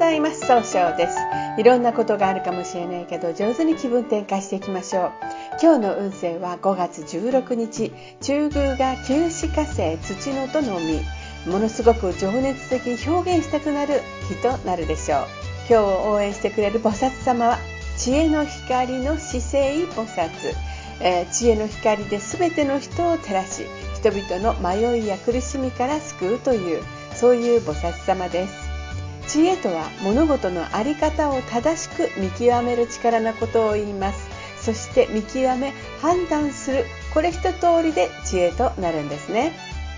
ざいます。総称です。いろんなことがあるかもしれないけど、上手に気分転換していきましょう。今日の運勢は5月16日、中宮が旧歯科星土のとの実、ものすごく情熱的に表現したくなる日となるでしょう。今日を応援してくれる菩薩様は、知恵の光の至聖菩薩、知恵の光で全ての人を照らし、人々の迷いや苦しみから救うという、そういう菩薩様です。知恵とは物事の在り方を正しく見極める力のことを言います。そして見極め判断する、これ一通りで知恵となるんですね。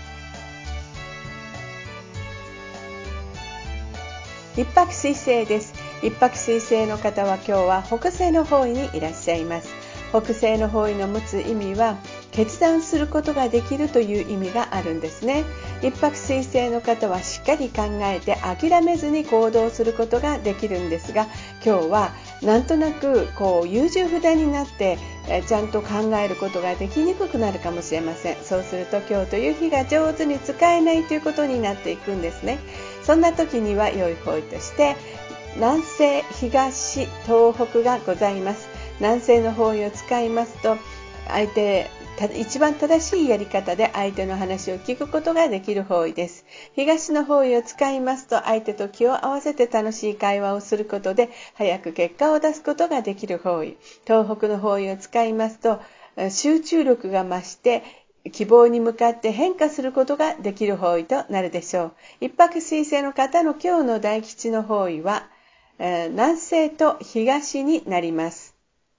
一泊水星です。一泊水星の方は今日は北西の方位にいらっしゃいます。北西の方位の持つ意味は、決断することができるという意味があるんですね。一泊水星の方はしっかり考えて諦めずに行動することができるんですが、今日はなんとなく優柔不断になってちゃんと考えることができにくくなるかもしれません。そうすると今日という日が上手に使えないということになっていくんですね。そんな時には良い方位として南西、東、東北がございます。南西の方位を使いますと、一番正しいやり方で相手の話を聞くことができる方位です。東の方位を使いますと、相手と気を合わせて楽しい会話をすることで早く結果を出すことができる方位。東北の方位を使いますと、集中力が増して希望に向かって変化することができる方位となるでしょう。一泊水星の方の今日の大吉の方位は、南西と東になります。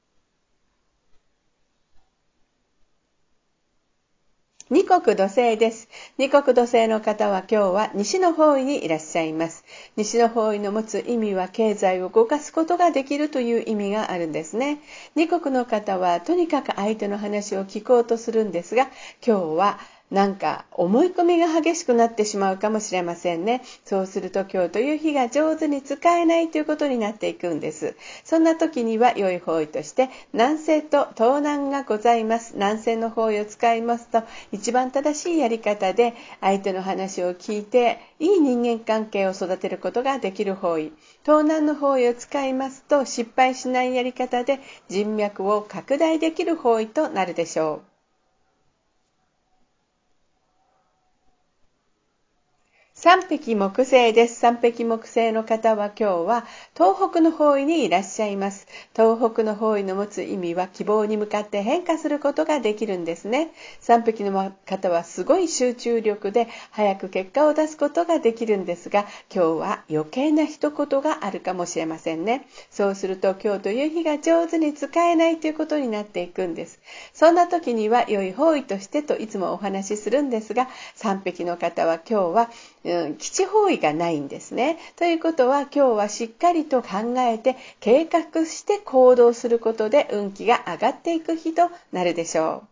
二国土星です。二国土星の方は今日は西の方位にいらっしゃいます。西の方位の持つ意味は経済を動かすことができるという意味があるんですね。二国の方はとにかく相手の話を聞こうとするんですが、今日はなんか思い込みが激しくなってしまうかもしれませんね。そうすると今日という日が上手に使えないということになっていくんです。そんな時には良い方位として南西と東南がございます。南西の方位を使いますと、一番正しいやり方で相手の話を聞いていい人間関係を育てることができる方位。東南の方位を使いますと、失敗しないやり方で人脈を拡大できる方位となるでしょう。三匹木星です。三匹木星の方は今日は東北の方位にいらっしゃいます。東北の方位の持つ意味は希望に向かって変化することができるんですね。三匹の方はすごい集中力で早く結果を出すことができるんですが、今日は余計な一言があるかもしれませんね。そうすると今日という日が上手に使えないということになっていくんです。そんな時には良い方位としてといつもお話しするんですが、三匹の方は今日は基地方位がないんですね。ということは今日はしっかりと考えて計画して行動することで運気が上がっていく日となるでしょう。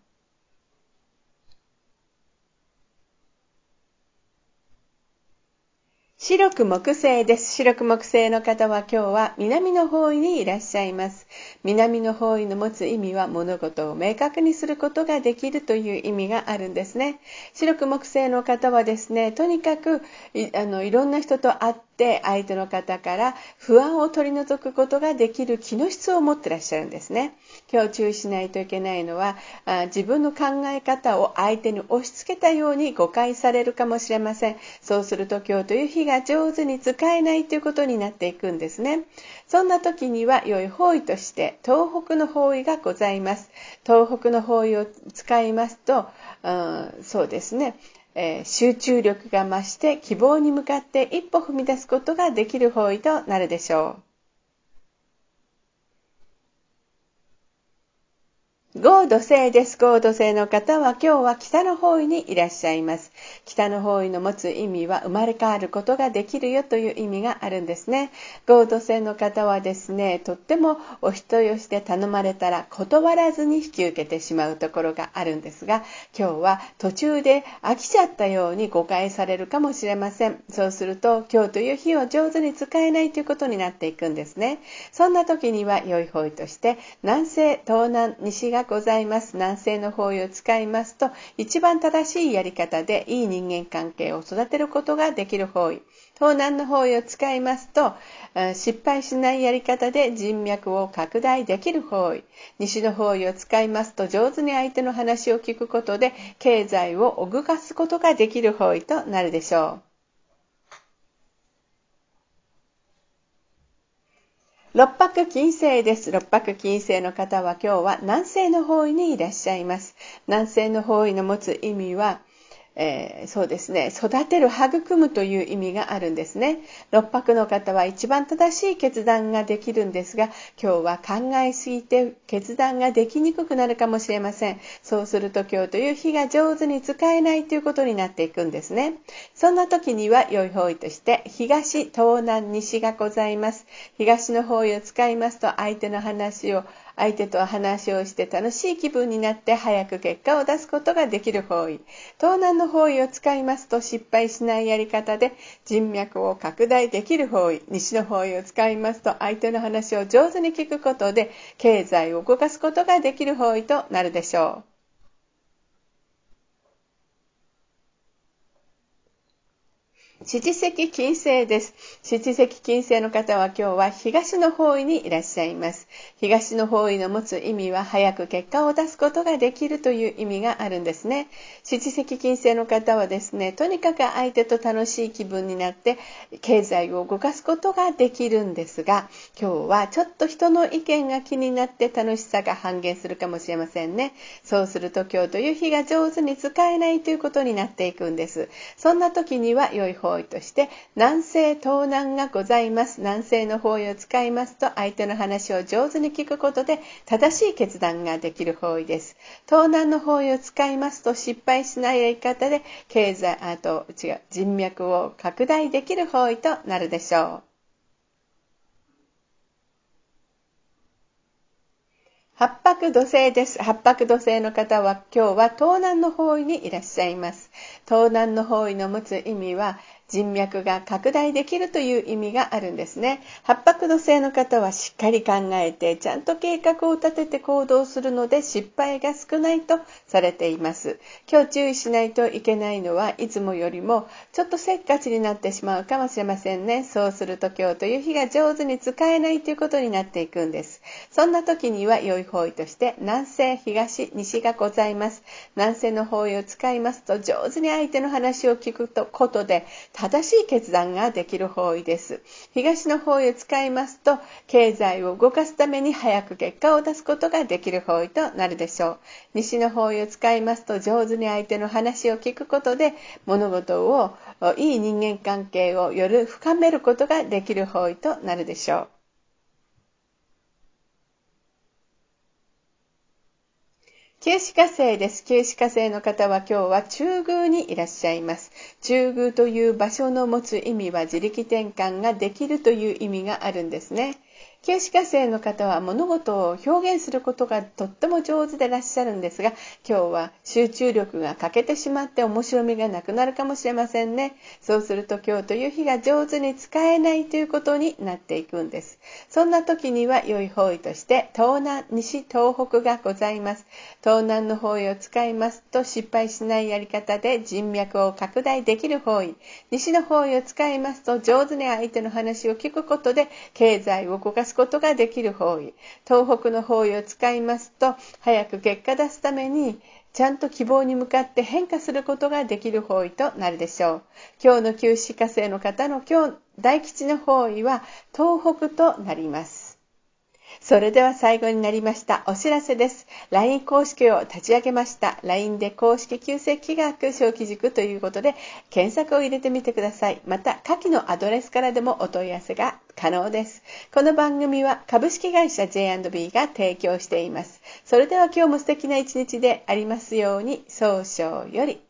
白く木星です。白く木星の方は今日は南の方位にいらっしゃいます。南の方位の持つ意味は物事を明確にすることができるという意味があるんですね。白く木星の方はですね、とにかくいろんな人と会って相手の方から不安を取り除くことができる気の質を持ってらっしゃるんですね。今日注意しないといけないのは、自分の考え方を相手に押し付けたように誤解されるかもしれません。そうすると今日という日が上手に使えないということになっていくんですね。そんな時には良い方位として東北の方位がございます。東北の方位を使いますと、そうですね、集中力が増して希望に向かって一歩踏み出すことができる方位となるでしょう。合土星です。合土星の方は今日は北の方位にいらっしゃいます。北の方位の持つ意味は生まれ変わることができるよという意味があるんですね。合土星の方はですね、とってもお人よしで頼まれたら断らずに引き受けてしまうところがあるんですが、今日は途中で飽きちゃったように誤解されるかもしれません。そうすると今日という日を上手に使えないということになっていくんですね。そんな時には良い方位として南西、東南、西がございます。南西の方位を使いますと、一番正しいやり方でいい人間関係を育てることができる方位。 東南の方位を使いますと、失敗しないやり方で人脈を拡大できる方位。西の方位を使いますと、上手に相手の話を聞くことで経済を動かすことができる方位となるでしょう。六白金星です。六白金星の方は今日は南西の方位にいらっしゃいます。南西の方位の持つ意味は、そうですね、育てる、育むという意味があるんですね。六白の方は一番正しい決断ができるんですが、今日は考えすぎて決断ができにくくなるかもしれません。そうすると今日という日が上手に使えないということになっていくんですね。そんな時には良い方位として東、東南、西がございます。東の方位を使いますと、相手と話をして楽しい気分になって早く結果を出すことができる方位。東南の方位を使いますと、失敗しないやり方で人脈を拡大できる方位。西の方位を使いますと、相手の話を上手に聞くことで経済を動かすことができる方位となるでしょう。七石金星です。七石金星の方は今日は東の方位にいらっしゃいます。東の方位の持つ意味は早く結果を出すことができるという意味があるんですね。七石金星の方はですね、とにかく相手と楽しい気分になって経済を動かすことができるんですが、今日はちょっと人の意見が気になって楽しさが半減するかもしれませんね。そうすると今日という日が上手に使えないということになっていくんです。そんな時には良い方位として南西、東南がございます。南西の方位を使いますと、相手の話を上手に聞くことで正しい決断ができる方位です。東南の方位を使いますと、失敗しないやり方で人脈を拡大できる方位となるでしょう。八白土星です。八白土星の方は今日は東南の方位にいらっしゃいます。東南の方位の持つ意味は人脈が拡大できるという意味があるんですね。八白土星の方はしっかり考えてちゃんと計画を立てて行動するので失敗が少ないとされています。今日注意しないといけないのはいつもよりもちょっとせっかちになってしまうかもしれませんね。そうすると今日という日が上手に使えないということになっていくんです。そんな時には良い方位として南西、東、西がございます。南西の方位を使いますと、上手に相手の話を聞くことで正しい決断ができる方位です。東の方位を使いますと、経済を動かすために早く結果を出すことができる方位となるでしょう。西の方位を使いますと、上手に相手の話を聞くことで物事をいい人間関係をより深めることができる方位となるでしょう。九死火星です。九死火星の方は今日は中宮にいらっしゃいます。中宮という場所の持つ意味は自力転換ができるという意味があるんですね。九死火星の方は物事を表現することがとっても上手でいらっしゃるんですが、今日は集中力が欠けてしまって面白みがなくなるかもしれませんね。そうすると今日という日が上手に使えないということになっていくんです。そんな時には良い方位として東南、西、東北がございます。東南の方位を使いますと、失敗しないやり方で人脈を拡大できる方位。西の方位を使いますと、上手に相手の話を聞くことで経済を動かすことができる方位。東北の方位を使いますと、早く結果出すためにちゃんと希望に向かって変化することができる方位となるでしょう。今日の九死火星の方の今日大吉の方位は東北となります。それでは最後になりましたお知らせです。 LINE 公式を立ち上げました。 LINE で公式旧世気学小規塾ということで検索を入れてみてください。また下記のアドレスからでもお問い合わせが可能です。この番組は株式会社 J&B が提供しています。それでは今日も素敵な一日でありますように。早々より。